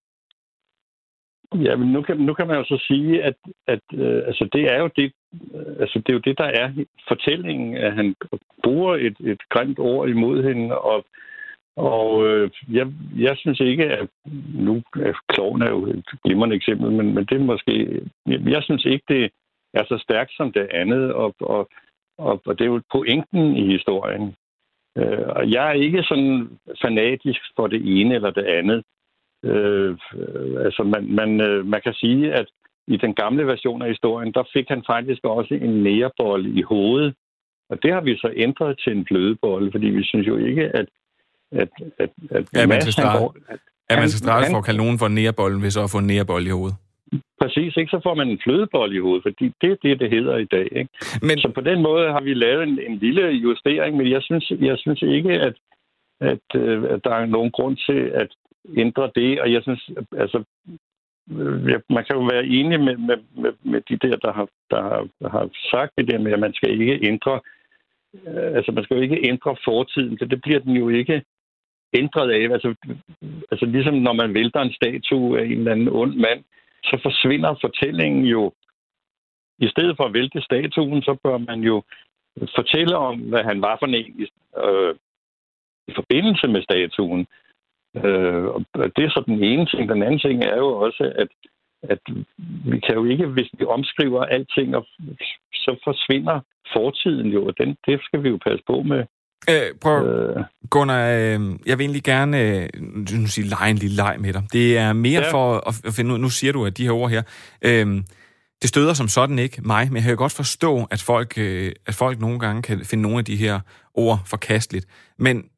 Ja, men nu kan man jo så sige, at altså det er jo det, altså det er jo det, der er fortællingen, at han bruger et grimt ord imod hende, og jeg synes ikke, at nu klovn er jo et glimrende eksempel, men det er måske, jeg synes ikke, det er så stærkt som det andet, og det er jo pointen i historien. Og jeg er ikke sådan fanatisk for det ene eller det andet. Altså man kan sige, at i den gamle version af historien, der fik han faktisk også en negerbolle i hovedet. Og det har vi så ændret til en flødebolle, fordi vi synes jo ikke, at man til straffe for at kalde nogen for en negerbolle, hvis så få en negerbolle i hovedet. Præcis, ikke? Så får man en flødebolle i hovedet, fordi det er det hedder i dag. Ikke? Men så på den måde har vi lavet en lille justering, men jeg synes ikke, at der er nogen grund til at ændre det, og jeg synes, altså, man kan jo være enig med de der har sagt det der med, at man skal ikke ændre, altså man skal jo ikke ændre fortiden, så det bliver den jo ikke ændret af. Altså ligesom når man vælter en statue af en eller anden ond mand, så forsvinder fortællingen jo. I stedet for at vælte statuen, så bør man jo fortælle om, hvad han var for en i forbindelse med statuen. Og det er så den ene ting. Den anden ting er jo også, at vi kan jo ikke, hvis vi omskriver alting, så forsvinder fortiden jo, og det skal vi jo passe på med. Gunnar, jeg vil egentlig gerne lege en lille leg med dig. Det er mere for at finde ud. Nu siger du, at de her ord her, det støder som sådan ikke mig, men jeg kan jo godt forstå, at folk nogle gange kan finde nogle af de her ord forkasteligt. Men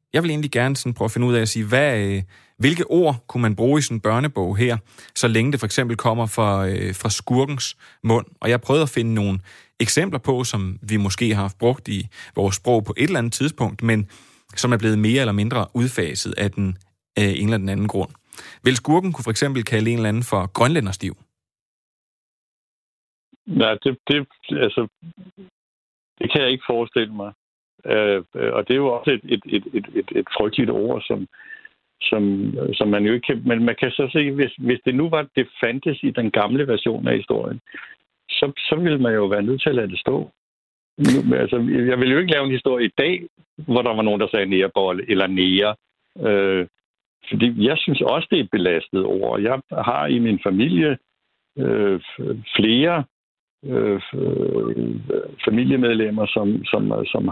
Jeg vil egentlig gerne sådan prøve at finde ud af at sige, hvilke ord kunne man bruge i sådan en børnebog her, så længe det for eksempel kommer fra skurkens mund. Og jeg prøvede at finde nogle eksempler på, som vi måske har haft brugt i vores sprog på et eller andet tidspunkt, men som er blevet mere eller mindre udfaset af en eller den anden grund. Vel, skurken kunne for eksempel kalde en eller anden for grønlænderstiv. Nej, det kan jeg ikke forestille mig. Og det er jo også et frygteligt ord, som man jo ikke kan... Men man kan så se, hvis det nu var, det fandtes i den gamle version af historien, så ville man jo være nødt til at lade det stå. Altså, jeg vil jo ikke lave en historie i dag, hvor der var nogen, der sagde nærebolle eller nære. Fordi jeg synes også, det er et belastet ord. Jeg har i min familie flere familiemedlemmer, som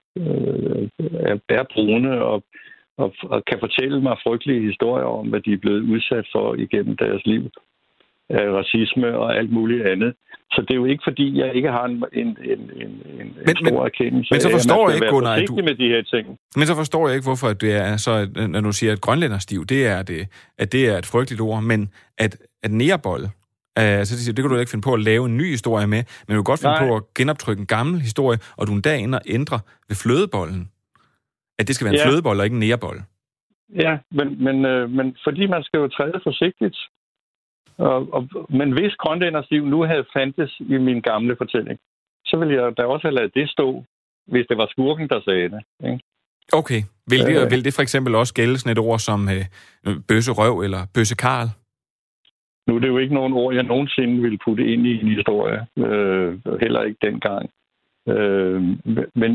er brune og kan fortælle mig frygtelige historier om, hvad de er blevet udsat for igennem deres liv. Racisme og alt muligt andet. Så det er jo ikke, fordi jeg ikke har en stor erkendelse. Men så forstår jeg ikke, Gunnar, med de her ting. Men så forstår jeg ikke, hvorfor det er så, når du siger, at grønlænderstiv, det er et frygteligt ord, men at nærebolle, altså det kan du ikke finde på at lave en ny historie med, men du kan godt finde på at genoptrykke en gammel historie, og du en dag ændrer ved flødebollen. At det skal være en flødebolle og ikke en nærebolle. Ja, men fordi man skal jo træde forsigtigt. Men hvis grønlænderstiv nu havde fandtes i min gamle fortælling, så ville jeg da også have ladet det stå, hvis det var skurken, der sagde det. Ikke? Okay. Vil det for eksempel også gælde sådan et ord som bøsserøv eller bøssekarl? Nu er det jo ikke nogen ord, jeg nogensinde ville putte ind i en historie. Heller ikke dengang. Men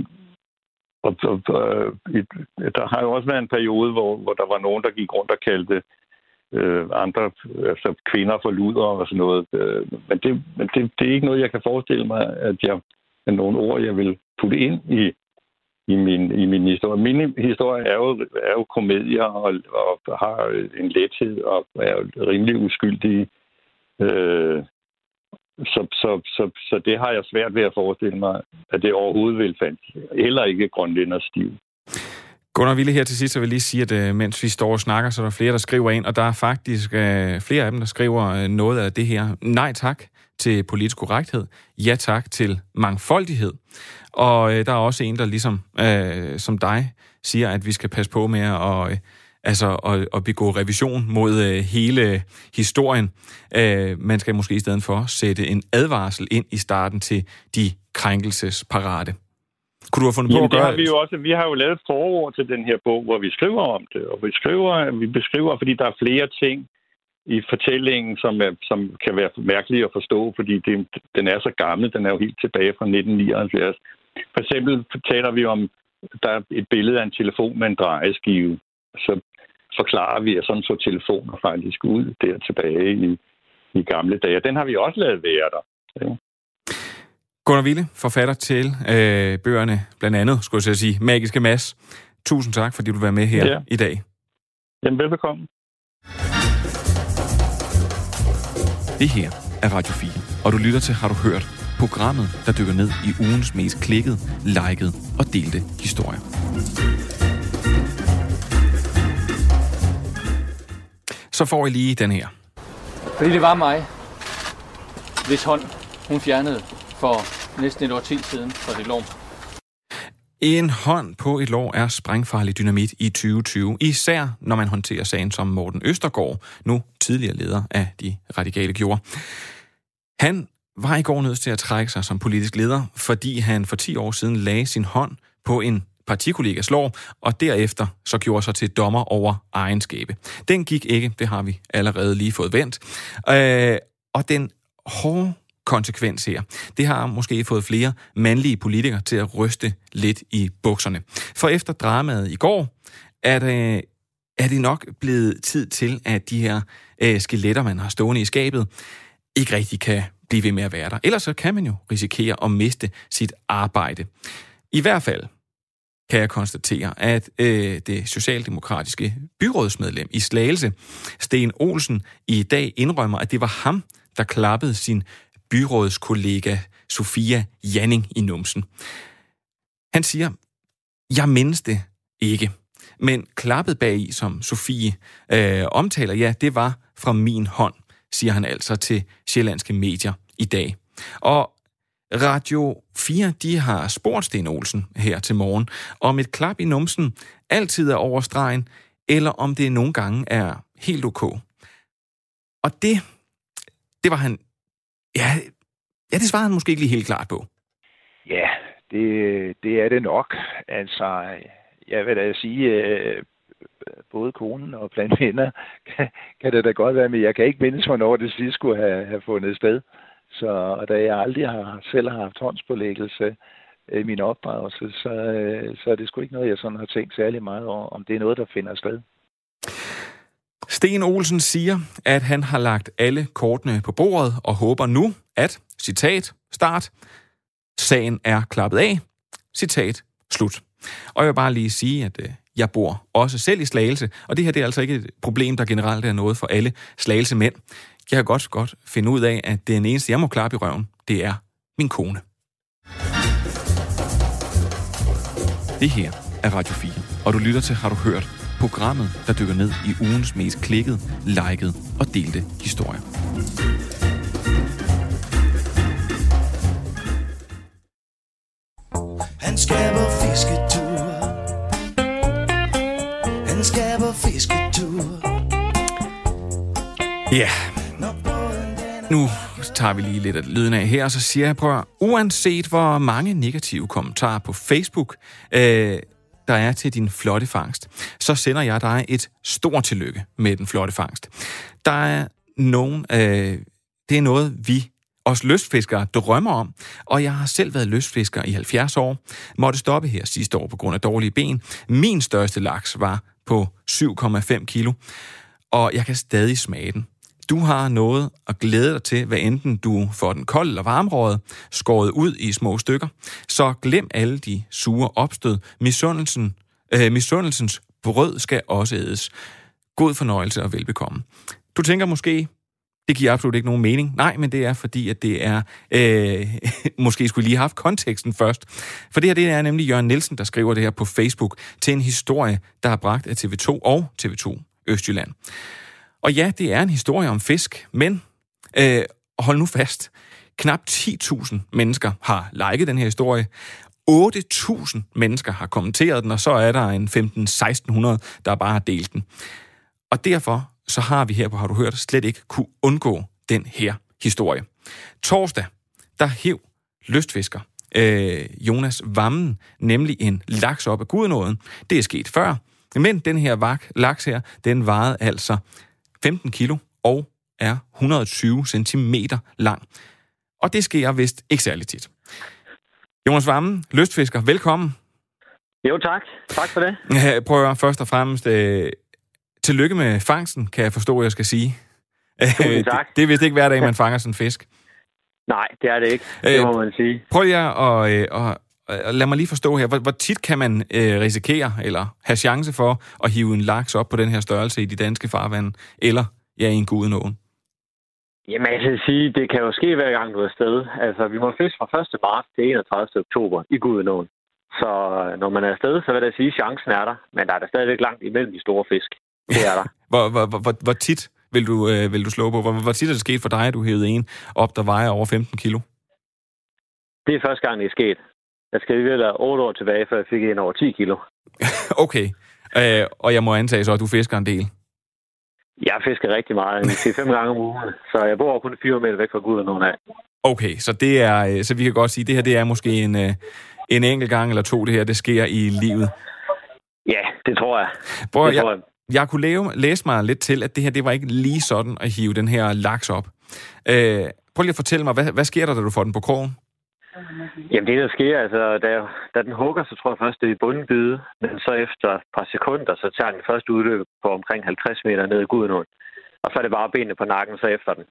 der har jo også været en periode, hvor der var nogen, der gik rundt og kaldte andre, altså kvinder for luder og sådan noget. Men det er ikke noget, jeg kan forestille mig, at jeg er nogle ord, jeg vil putte ind i min historie. Min historie er jo komedier og har en lethed og er rimelig uskyldig. Så det har jeg svært ved at forestille mig, at det overhovedet vil fandt. Heller ikke grønlænderstiv. Gunnar Wille her til sidst, så vil lige sige, at mens vi står og snakker, så er der flere, der skriver ind, og der er faktisk flere af dem, der skriver noget af det her. Nej tak til politisk korrekthed. Ja tak til mangfoldighed. Og der er også en, der ligesom som dig siger, at vi skal passe på med at begå revision mod hele historien. Man skal måske i stedet for sætte en advarsel ind i starten til de krænkelsesparate. Kunne du have fundet på at gøre det? Vi har jo lavet et forord til den her bog, hvor vi skriver om det, og vi beskriver, fordi der er flere ting i fortællingen, som kan være mærkelige at forstå, fordi den er så gammel, den er jo helt tilbage fra 1979. For eksempel taler vi om, der er et billede af en telefon med en drejeskive, så forklarer vi, at sådan så telefoner faktisk ud der tilbage i gamle dage. Den har vi også lavet være der. Ja. Gunnar Wille, forfatter til bøgerne, blandt andet, skulle jeg sige, Magiske Mads. Tusind tak, fordi du var med her i dag. Jamen, velbekomme. Det her er Radio 4, og du lytter til Har du hørt? Programmet, der dykker ned i ugens mest klikkede, likede og delte historier. Så får I lige den her. Fordi det var mig, hvis hånd hun fjernede for næsten et år tid siden fra det lår. En hånd på et lår er sprængfarlig dynamit i 2020, især når man håndterer sagen som Morten Østergaard, nu tidligere leder af De Radikale, gjorde. Han var i går nødt til at trække sig som politisk leder, fordi han for 10 år siden lagde sin hånd på en partikollegas lår, og derefter så gjorde sig til dommer over egenskabe. Den gik ikke, det har vi allerede lige fået vendt. Og den hårde konsekvens her, det har måske fået flere mandlige politikere til at ryste lidt i bukserne. For efter dramaet i går, er det nok blevet tid til, at de her skeletter, man har stående i skabet, ikke rigtig kan blive ved med at være der. Ellers så kan man jo risikere at miste sit arbejde. I hvert fald kan jeg konstatere, at det socialdemokratiske byrådsmedlem i Slagelse, Sten Olsen, i dag indrømmer, at det var ham, der klappede sin byrådskollega Sofia Janning i numsen. Han siger, jeg mindes det ikke. Men klappet bagi, som Sofie omtaler, ja, det var fra min hånd, siger han altså til sjællandske medier i dag. Og Radio 4, de har spurgt Sten Olsen her til morgen, om et klap i numsen altid er over stregen, eller om det nogle gange er helt ok. Og det var han... Ja, det svarede han måske ikke lige helt klart på. Ja, det er det nok. Altså, jeg vil da sige, både konen og blandt venner kan det da godt være, men jeg kan ikke mindes, hvornår det sidst skulle have fundet sted. Så da jeg aldrig selv har haft håndspålæggelse i min opdragelse, så er det sgu ikke noget, jeg sådan har tænkt særlig meget over, om det er noget, der finder sted. Sten Olsen siger, at han har lagt alle kortene på bordet og håber nu, at, citat, start, sagen er klappet af, citat, slut. Og jeg vil bare lige sige, at jeg bor også selv i Slagelse, og det her det er altså ikke et problem, der generelt er noget for alle Slagelse mænd. Jeg kan godt finde ud af, at den eneste, jeg må klappe i røven, det er min kone. Det her er Radio 4, og du lytter til, har du hørt, programmet, der dykker ned i ugens mest klikkede, likede og delte historier. Han skal på fisketur. Han skal på fisketur. Ja. Nu tager vi lige lidt af lyden af her, og så siger jeg, prøv, uanset hvor mange negative kommentarer på Facebook, der er til din flotte fangst, så sender jeg dig et stort tillykke med den flotte fangst. Der er det er noget, vi os lystfiskere drømmer om, og jeg har selv været lystfisker i 70 år, måtte stoppe her sidste år på grund af dårlige ben. Min største laks var på 7,5 kilo, og jeg kan stadig smage den. Du har noget at glæde dig til, hvad enten du får den kold eller varmrøget, skåret ud i små stykker. Så glem alle de sure opstød. Misundelsens brød skal også ædes. God fornøjelse og velbekomme. Du tænker måske, det giver absolut ikke nogen mening. Nej, men det er fordi, at det er... måske skulle I lige have haft konteksten først. For det her, det er nemlig Jørgen Nielsen, der skriver det her på Facebook til en historie, der er bragt af TV2 og TV2 Østjylland. Og ja, det er en historie om fisk, men hold nu fast. Knap 10.000 mennesker har liket den her historie. 8.000 mennesker har kommenteret den, og så er der en 1.500-1.600, der bare har delt den. Og derfor så har vi her på Har du hørt slet ikke kunne undgå den her historie. Torsdag, der hev lystfisker Jonas Vammen nemlig en laks op af Gudenåen. Det er sket før, men den her laks her, den vejede altså 15 kilo og er 120 centimeter lang. Og det sker vist ikke særlig tit. Jonas Vammen, lystfisker, velkommen. Jo, tak. Tak for det. Prøv først og fremmest tillykke med fangsten, kan jeg forstå, jeg skal sige. Tak. Det er vist ikke hver dag, man fanger sådan en fisk. Nej, det er det ikke. Det må man sige. Prøv jer at lad mig lige forstå her. Hvor tit kan man risikere eller have chance for at hive en laks op på den her størrelse i de danske farvande, eller i en Gudenåen? Jamen, jeg vil sige, det kan jo ske hver gang, du er afsted. Altså, vi må fiske fra 1. marts til 31. oktober i Gudenåen. Så når man er afsted, så vil jeg sige, at chancen er der. Men der er der stadigvæk langt imellem de store fisk. Det er der. Hvor tit vil du slå på? Hvor tit er det sket for dig, at du hævede en op, der vejer over 15 kilo? Det er første gang, det er sket. Jeg skal lige være 8 år tilbage, før jeg fik en over 10 kilo. Okay. Og jeg må antage så, at du fisker en del? Jeg fisker rigtig meget. 5 gange om ugen. Så jeg bor kun 4 meter væk fra Gudenåen af. Okay, så vi kan godt sige, at det her det er måske en enkelt gang eller to, det her, det sker i livet. Ja, det tror jeg. Jeg kunne læse mig lidt til, at det her, det var ikke lige sådan at hive den her laks op. Prøv lige at fortælle mig, hvad sker der, da du får den på krogen? Jamen det, der sker, altså, da den hugger, så tror jeg først, det er bundbide. Men så efter et par sekunder, så tager den første udløb på omkring 50 meter ned i Gudenåen. Og så er det bare benene på nakken, så efter den.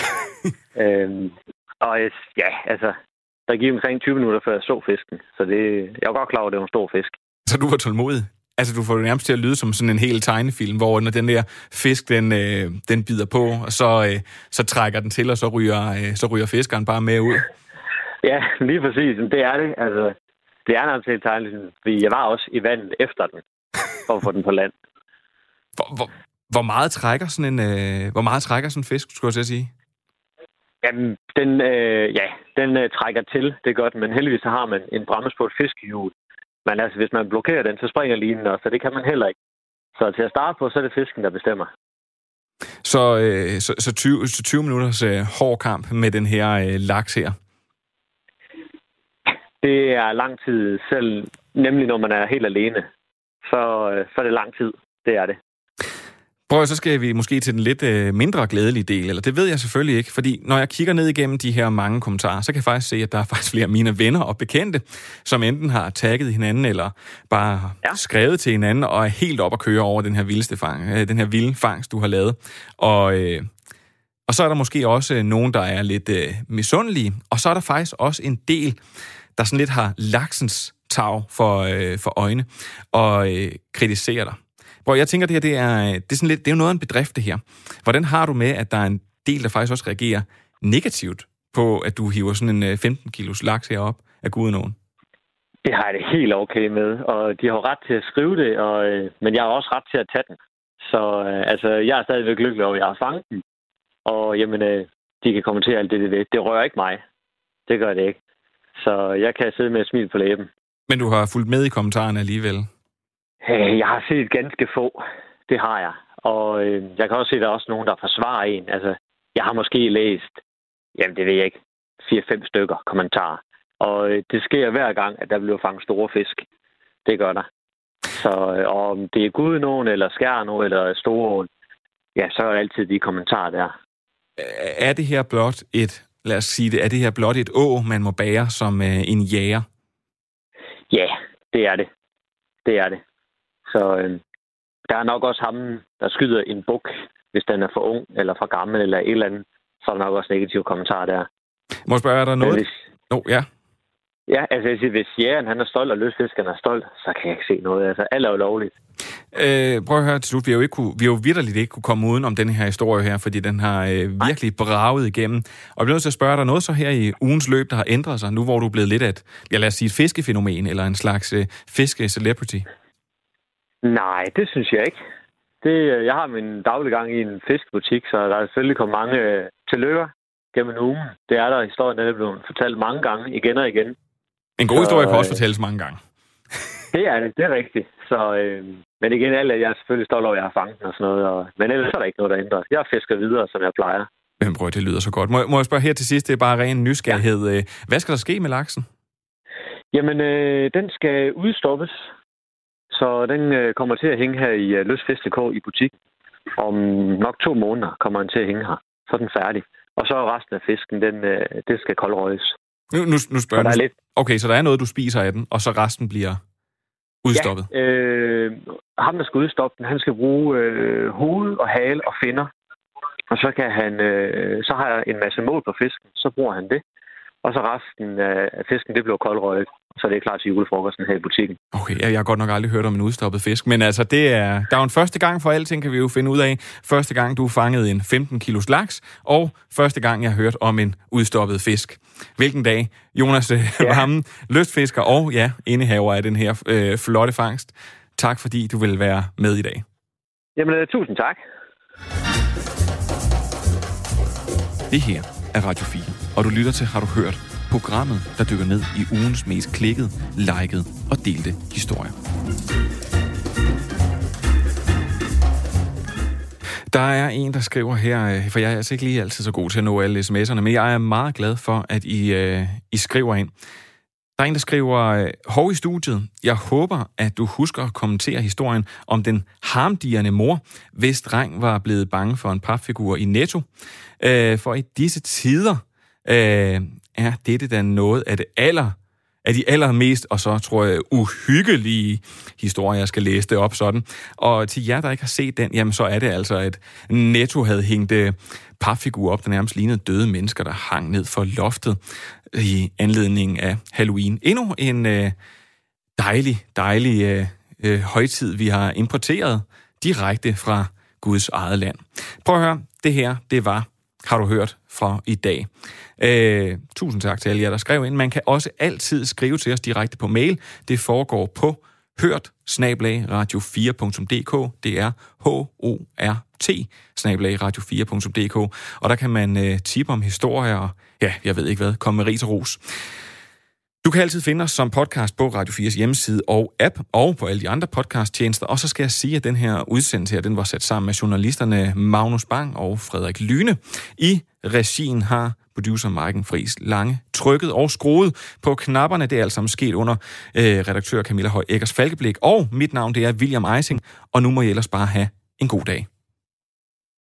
Der gik omkring 20 minutter, før jeg så fisken. Så jeg var godt klar over, at det var en stor fisk. Så du var tålmodig? Altså, du får det nærmest til at lyde som sådan en hel tegnefilm, hvor når den der fisk, den bider på, og så trækker den til, og så ryger fiskeren bare med ud. Ja, lige præcis. Det er det. Altså, det er nærmest helt tegnefilm, fordi jeg var også i vandet efter den. for at få den på land. Hvor meget trækker sådan en fisk, skulle jeg til at sige? Jamen, den trækker til, det er godt, men heldigvis så har man en bremse på et fiskehjul. Men altså, hvis man blokerer den, så springer linen også, så det kan man heller ikke. Så til at starte på, så er det fisken, der bestemmer. Så 20 minutters hård kamp med den her laks her? Det er lang tid selv, nemlig når man er helt alene. Så er det lang tid, det er det. Prøv, så skal vi måske til den lidt mindre glædelige del, eller det ved jeg selvfølgelig ikke, fordi når jeg kigger ned igennem de her mange kommentarer, så kan jeg faktisk se, at der er faktisk flere af mine venner og bekendte, som enten har tagget hinanden, eller bare skrevet til hinanden, og er helt op at køre over den her vilde fangst, du har lavet. Og så er der måske også nogen, der er lidt misundelige, og så er der faktisk også en del, der sådan lidt har laksens tag for øjne, og kritiserer dig. Hvor jeg tænker, det er jo noget af en bedrift, det her. Hvordan har du med, at der er en del, der faktisk også reagerer negativt på, at du hiver sådan en 15 kilos laks herop af Gudenåen? Det har jeg det helt okay med, og de har ret til at skrive det, men jeg har også ret til at tage den. Så jeg er stadigvæk lykkelig over, at jeg har fanget den. Og jamen, de kan kommentere alt det. Det rører ikke mig. Det gør det ikke. Så jeg kan sidde med et smil på læben. Men du har fulgt med i kommentarerne alligevel? Jeg har set ganske få. Det har jeg. Og jeg kan også se, at der er også nogen, der forsvarer en. Altså, jeg har måske læst, jamen det ved jeg ikke, 4-5 stykker kommentarer. Og det sker hver gang, at der bliver fanget store fisk. Det gør der. Så om det er Gudenåen, eller Skjernå, eller Storåen, ja, så er der altid de kommentarer der. Er det her blot et å, man må bære som en jæger? Ja, det er det. Det er det. Så der er nok også ham, der skyder en buk, hvis den er for ung, eller for gammel, eller et eller andet. Så er der nok også negative kommentarer der. Må jeg spørge, er der noget? Ja. Ja, altså jeg siger, hvis jægeren han er stolt, og lystfiskeren er stolt, så kan jeg ikke se noget. Altså, alt er jo lovligt. Prøv at høre til slut. Vi har jo vitterligt ikke kunne komme uden om den her historie her, fordi den har virkelig braget igennem. Og jeg bliver nødt til at spørge dig noget så her i ugens løb, der har ændret sig, nu hvor du er blevet lidt af et fiskefænomen, eller en slags fiske-celebrity. Nej, det synes jeg ikke. Jeg har min dagliggang i en fiskebutik, så der er selvfølgelig kommet mange tillykker gennem ugen. Det er der historien, der er blevet fortalt mange gange, igen og igen. En god historie kan også fortælles mange gange. Det er det, det er rigtigt. Så, men igen, jeg er selvfølgelig stolt over, at jeg har fanget den og sådan noget. Men ellers er der ikke noget, der ændrer. Jeg fisker videre, som jeg plejer. Men prøv, det lyder så godt. Må jeg spørge her til sidst, det er bare ren nysgerrighed. Ja. Hvad skal der ske med laksen? Jamen, den skal udstoppes. Så den kommer til at hænge her i Lystfisk.dk i butikken. Om nok 2 måneder kommer den til at hænge her. Så er den færdig. Og så er resten af fisken, det skal koldrøges. Nu spørger jeg lidt. Okay, så der er noget, du spiser af den, og så resten bliver udstoppet? Ja, ham, der skal udstoppe den, han skal bruge hoved og hale og finner. Og så kan han, så har jeg en masse mål på fisken, så bruger han det. Og så resten af fisken, det bliver koldrøget. Så det er klar til julefrokosten her i butikken. Okay, jeg har godt nok aldrig hørt om en udstoppet fisk, men altså, der er jo en første gang for alting, kan vi jo finde ud af. Første gang, du fangede en 15 kilos laks, og første gang, jeg har hørt om en udstoppet fisk. Hvilken dag, Jonas Vammen, lystfisker og indehaver af den her flotte fangst. Tak, fordi du vil være med i dag. Jamen, tusind tak. Det her er Radio 4, og du lytter til Har du hørt? Programmet, der dykker ned i ugens mest klikkede, likede og delte historier. Der er en, der skriver her, for jeg er altså ikke lige altid så god til at nå alle sms'erne, men jeg er meget glad for, at I skriver ind. Der er en, der skriver, hov i studiet, jeg håber, at du husker at kommentere historien om den harmdirrende mor, hvis dreng var blevet bange for en papfigur i Netto. For i disse tider er dette da noget af de allermest, og så tror jeg, uhyggelige historier, jeg skal læse det op sådan. Og til jer, der ikke har set den, jamen så er det altså, at Netto havde hængt papfigur op, der nærmest lignede døde mennesker, der hang ned for loftet i anledning af Halloween. Endnu en dejlig højtid, vi har importeret direkte fra Guds eget land. Prøv at høre, det her, det var Har du hørt fra i dag. Tusind tak til alle jer, der skrev ind. Man kan også altid skrive til os direkte på mail. Det foregår på hørt@radio4.dk. Det er HORT @radio4.dk. Og der kan man tippe om historier og, ja, jeg ved ikke hvad, komme med ris og ros. Du kan altid finde os som podcast på Radio 4's hjemmeside og app, og på alle de andre podcasttjenester. Og så skal jeg sige, at den her udsendelse her, den var sat sammen med journalisterne Magnus Bang og Frederik Lyne. I regien har producer Maiken Friis Lange trykket og skruet på knapperne. Det er alt sammen sket under redaktør Camilla Høj Eggers Falkeblik. Og mit navn, det er William Eising, og nu må I ellers bare have en god dag.